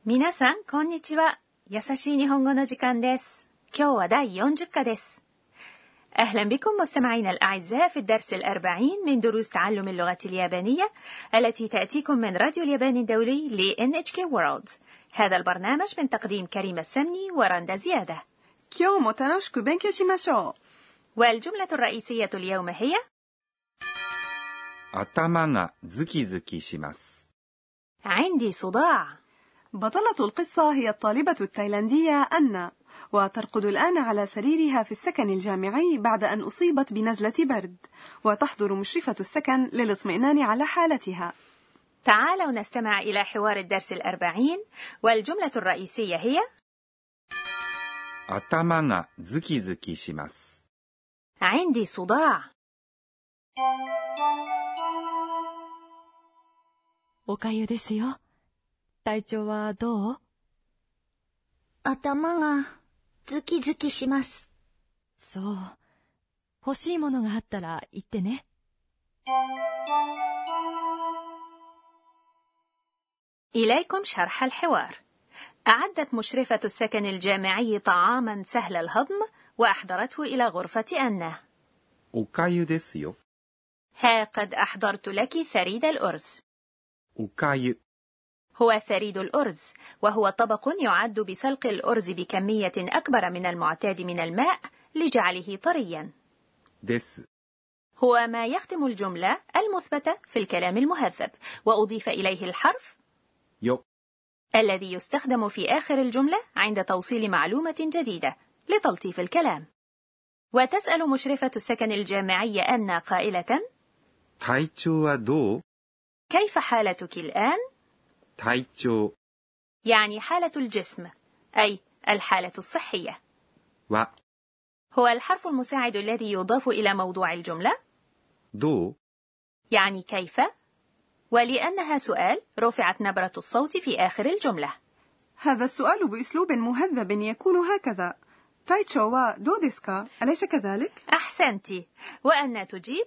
皆さん、こんにちは。優しい日本語の時間です。今日は第40課です。أهلا بكم مستمعينا الأعزاء في الدرس 40 من دروس تعلم اللغة اليابانية التي تأتيكم من راديو اليابان الدولي ل NHK World. هذا البرنامج من تقديم كريم السمني ورندا زيادة. 今日も楽しく勉強しましょう。 والجملة الرئيسية اليوم هي 頭がズキズキします。 عندي صداع. بطلة القصة هي الطالبة التايلاندية أنا، وترقد الآن على سريرها في السكن الجامعي بعد أن أصيبت بنزلة برد، وتحضر مشرفة السكن للاطمئنان على حالتها. تعالوا نستمع إلى حوار الدرس 40 والجملة الرئيسية هي 頭がズキズキします。 عندي صداع. おかゆですよ。体調はどう？ 頭がズキズキします。 そう。欲しいものがあったら言ってね。 إليكم شرح الحوار. أعدت مشرفة السكن الجامعي طعاما سهل الهضم وأحضرته إلى غرفة أنا. おかゆですよ。 ها قد أحضرت لك ثريد الأرز. おかゆ هو ثريد الأرز، وهو طبق يعد بسلق الأرز بكمية أكبر من المعتاد من الماء لجعله طريا. です。 هو ما يختم الجملة المثبتة في الكلام المهذب، وأضيف إليه الحرف よ الذي يستخدم في آخر الجملة عند توصيل معلومة جديدة لتلطيف الكلام. وتسأل مشرفة السكن الجامعي أن قائلة 体調はどう？ كيف حالتك الآن؟ 体調 يعني حالة الجسم، أي الحالة الصحية. は هو الحرف المساعد الذي يضاف إلى موضوع الجملة どう？ يعني كيف، ولأنها سؤال رفعت نبرة الصوت في آخر الجملة. هذا السؤال بأسلوب مهذب يكون هكذا: تايتشو وا دو ديسكا، أليس كذلك؟ أحسنت. وأن تجيب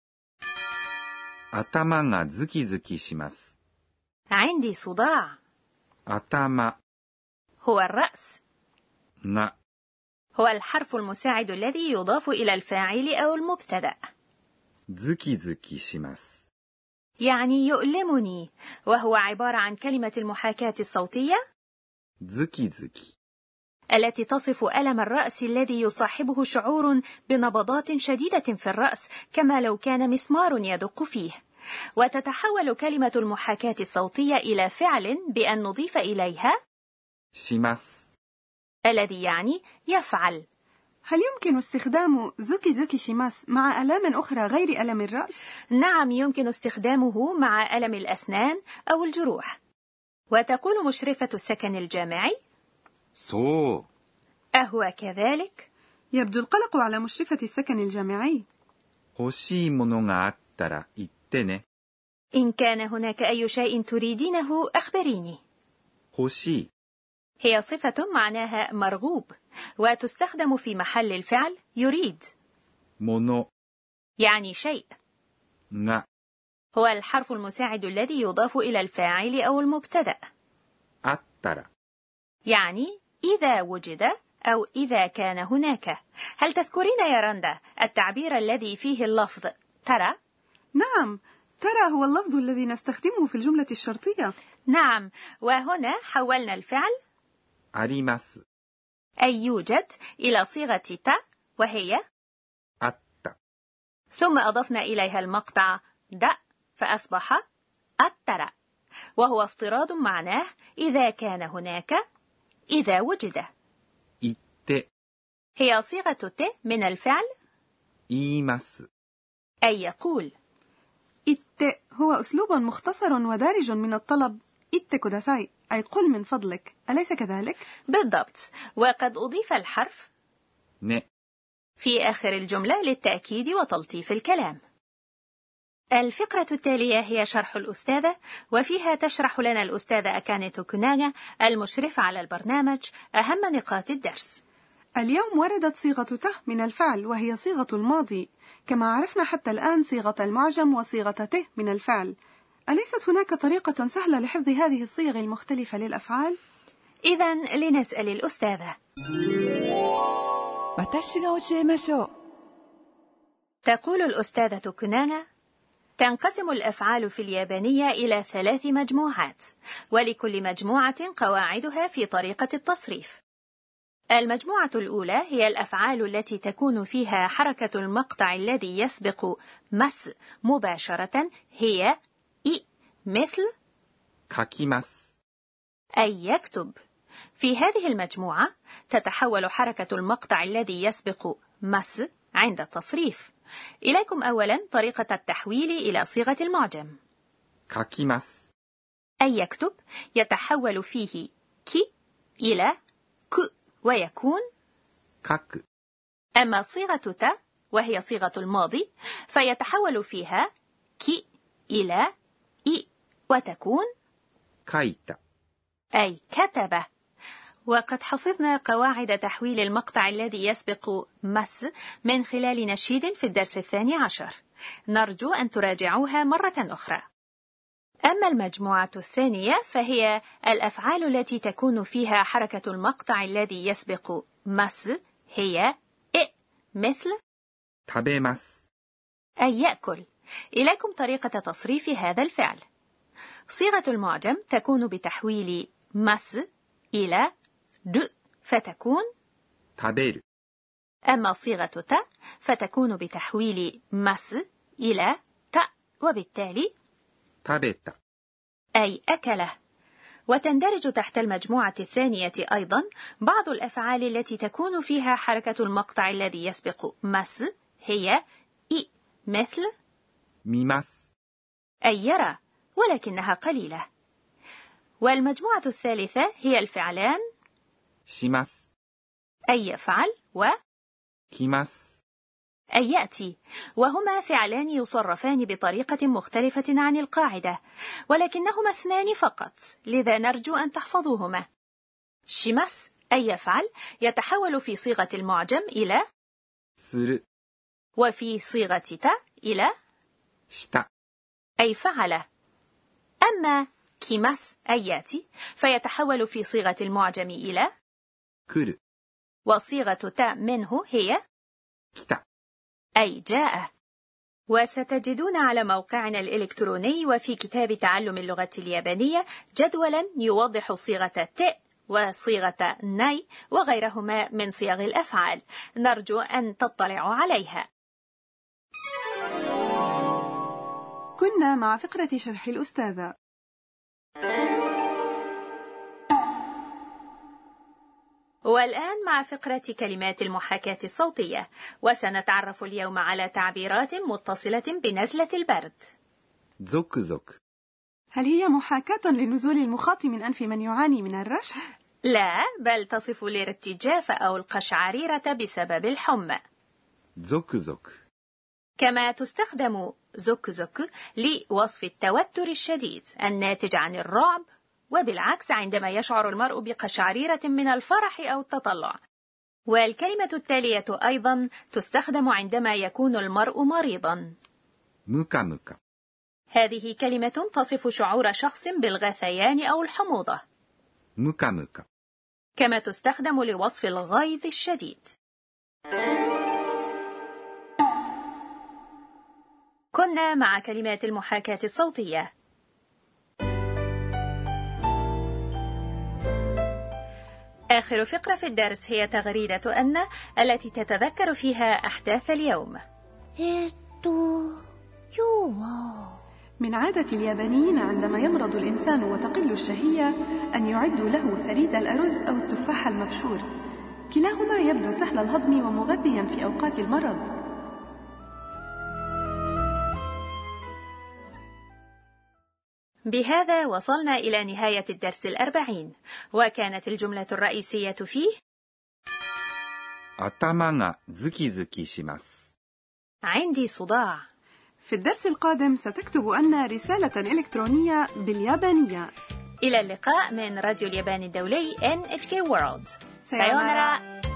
頭がズキズキします。 عندي صداع. 頭 هو الرأس، が هو الحرف المساعد الذي يضاف إلى الفاعل أو المبتدأ. ズキズキします。 يعني يؤلمني، وهو عبارة عن كلمة المحاكاة الصوتية ズキズキ التي تصف ألم الرأس الذي يصاحبه شعور بنبضات شديدة في الرأس كما لو كان مسمار يدق فيه. وتتحول كلمة المحاكاة الصوتية إلى فعل بأن نضيف إليها します。 الذي يعني يفعل. هل يمكن استخدام زوكي زوكي شيماس مع آلام أخرى غير ألم الرأس؟ نعم، يمكن استخدامه مع ألم الأسنان أو الجروح. وتقول مشرفة السكن الجامعي そう。 أهو كذلك؟ يبدو القلق على مشرفة السكن الجامعي. 欲しいものがあったら言ってね。 إن كان هناك أي شيء تريدينه أخبريني. 欲しい هي صفة معناها مرغوب، وتستخدم في محل الفعل يريد، もの يعني شيء. が هو الحرف المساعد الذي يضاف إلى الفاعل أو المبتدأ، あったら يعني إذا وجد أو إذا كان هناك. هل تذكرين يا رندا التعبير الذي فيه اللفظ ترى؟ نعم، ترى هو اللفظ الذي نستخدمه في الجملة الشرطية. نعم، وهنا حولنا الفعل あります。 أي يوجد إلى صيغة تا وهي あった。 ثم أضفنا إليها المقطع د فأصبح الترى، وهو افتراض معناه إذا كان هناك، إذا وجد. 言って هي صيغة ت من الفعل 言います。 أي يقول. إت هو أسلوب مختصر ودارج من الطلب إت كوداساي، أي قل من فضلك، أليس كذلك؟ بالضبط، وقد أضيف الحرف ね في آخر الجملة للتأكيد وتلطيف الكلام. الفقرة التالية هي شرح الأستاذة، وفيها تشرح لنا الأستاذة أكاني توكوناغا المشرفة على البرنامج أهم نقاط الدرس. اليوم وردت صيغة ته من الفعل وهي صيغة الماضي، كما عرفنا حتى الآن صيغة المعجم وصيغة ته من الفعل. أليست هناك طريقة سهلة لحفظ هذه الصيغ المختلفة للأفعال؟ إذن لنسأل الأستاذة. 私が教えましょう。 تقول الأستاذة كنانا: تنقسم الأفعال في اليابانية إلى 3 مجموعات، ولكل مجموعة قواعدها في طريقة التصريف. المجموعة الأولى هي الأفعال التي تكون فيها حركة المقطع الذي يسبق مس مباشرة، هي إي، مثل 書きます。 أي يكتب. في هذه المجموعة تتحول حركة المقطع الذي يسبق مس عند التصريف. إليكم أولا طريقة التحويل إلى صيغة المعجم. 書きます。 أي يكتب يتحول فيه كي إلى ك ويكون 書く。 أما صيغة تا وهي صيغة الماضي فيتحول فيها كي إلى إي وتكون 書いた。 أي كتب. وقد حفظنا قواعد تحويل المقطع الذي يسبق مس من خلال نشيد في الدرس 12. نرجو أن تراجعوها مرة أخرى. أما المجموعة الثانية فهي الأفعال التي تكون فيها حركة المقطع الذي يسبق مس، هي إ، مثل 食べます。 أي يأكل. إليكم طريقة تصريف هذا الفعل. صيغة المعجم تكون بتحويل مس إلى د فتكون 食べる。 أما صيغة تا فتكون بتحويل مس إلى تا وبالتالي 食べた。 أي أكله. وتندرج تحت المجموعة الثانية أيضا بعض الأفعال التي تكون فيها حركة المقطع الذي يسبق مس، هي إي، مثل 見ます。 أي يرى، ولكنها قليلة. والمجموعة الثالثة هي الفعلان します。 أي يفعل و 来ます。 أي يأتي، وهما فعلان يصرفان بطريقة مختلفة عن القاعدة، ولكنهما 2 فقط، لذا نرجو أن تحفظوهما. شيماس أي يفعل يتحول في صيغة المعجم إلى する。 وفي صيغة تا إلى した。 أي فعل. أما كيماس أي يأتي فيتحول في صيغة المعجم إلى 来る。 وصيغة تا منه هي 来た。 أي جاء. وستجدون على موقعنا الإلكتروني وفي كتاب تعلم اللغة اليابانية جدولا يوضح صيغة ت وصيغة ناي وغيرهما من صيغ الأفعال. نرجو أن تطلعوا عليها. كنا مع فقرة شرح الأستاذة. والآن مع فقرة كلمات المحاكاة الصوتية، وسنتعرف اليوم على تعبيرات متصلة بنزلة البرد. ゾクゾク。 هل هي محاكاة لنزول المخاط من أنف من يعاني من الرشح؟ لا، بل تصف الارتجاف أو القشعريرة بسبب الحمى. ゾクゾク。 كما تستخدم زك زك لوصف التوتر الشديد الناتج عن الرعب، وبالعكس عندما يشعر المرء بقشعريرة من الفرح أو التطلع. والكلمة التالية أيضا تستخدم عندما يكون المرء مريضا. ムカムカ。 هذه كلمة تصف شعور شخص بالغثيان أو الحموضة. ムカムカ。 كما تستخدم لوصف الغيظ الشديد. كنا مع كلمات المحاكاة الصوتية. آخر فقرة في الدرس هي تغريدة أن التي تتذكر فيها أحداث اليوم. 今日は من عادة اليابانيين عندما يمرض الإنسان وتقل الشهية أن يعدوا له ثريد الأرز أو التفاح المبشور، كلاهما يبدو سهل الهضم ومغذيا في أوقات المرض. بهذا وصلنا إلى نهاية الدرس 40، وكانت الجملة الرئيسية فيه 頭がズキズキします。 عندي صداع. في الدرس القادم ستكتب أن رسالة إلكترونية باليابانية. إلى اللقاء من راديو اليابان الدولي NHK World. سايونارا. سايونارا.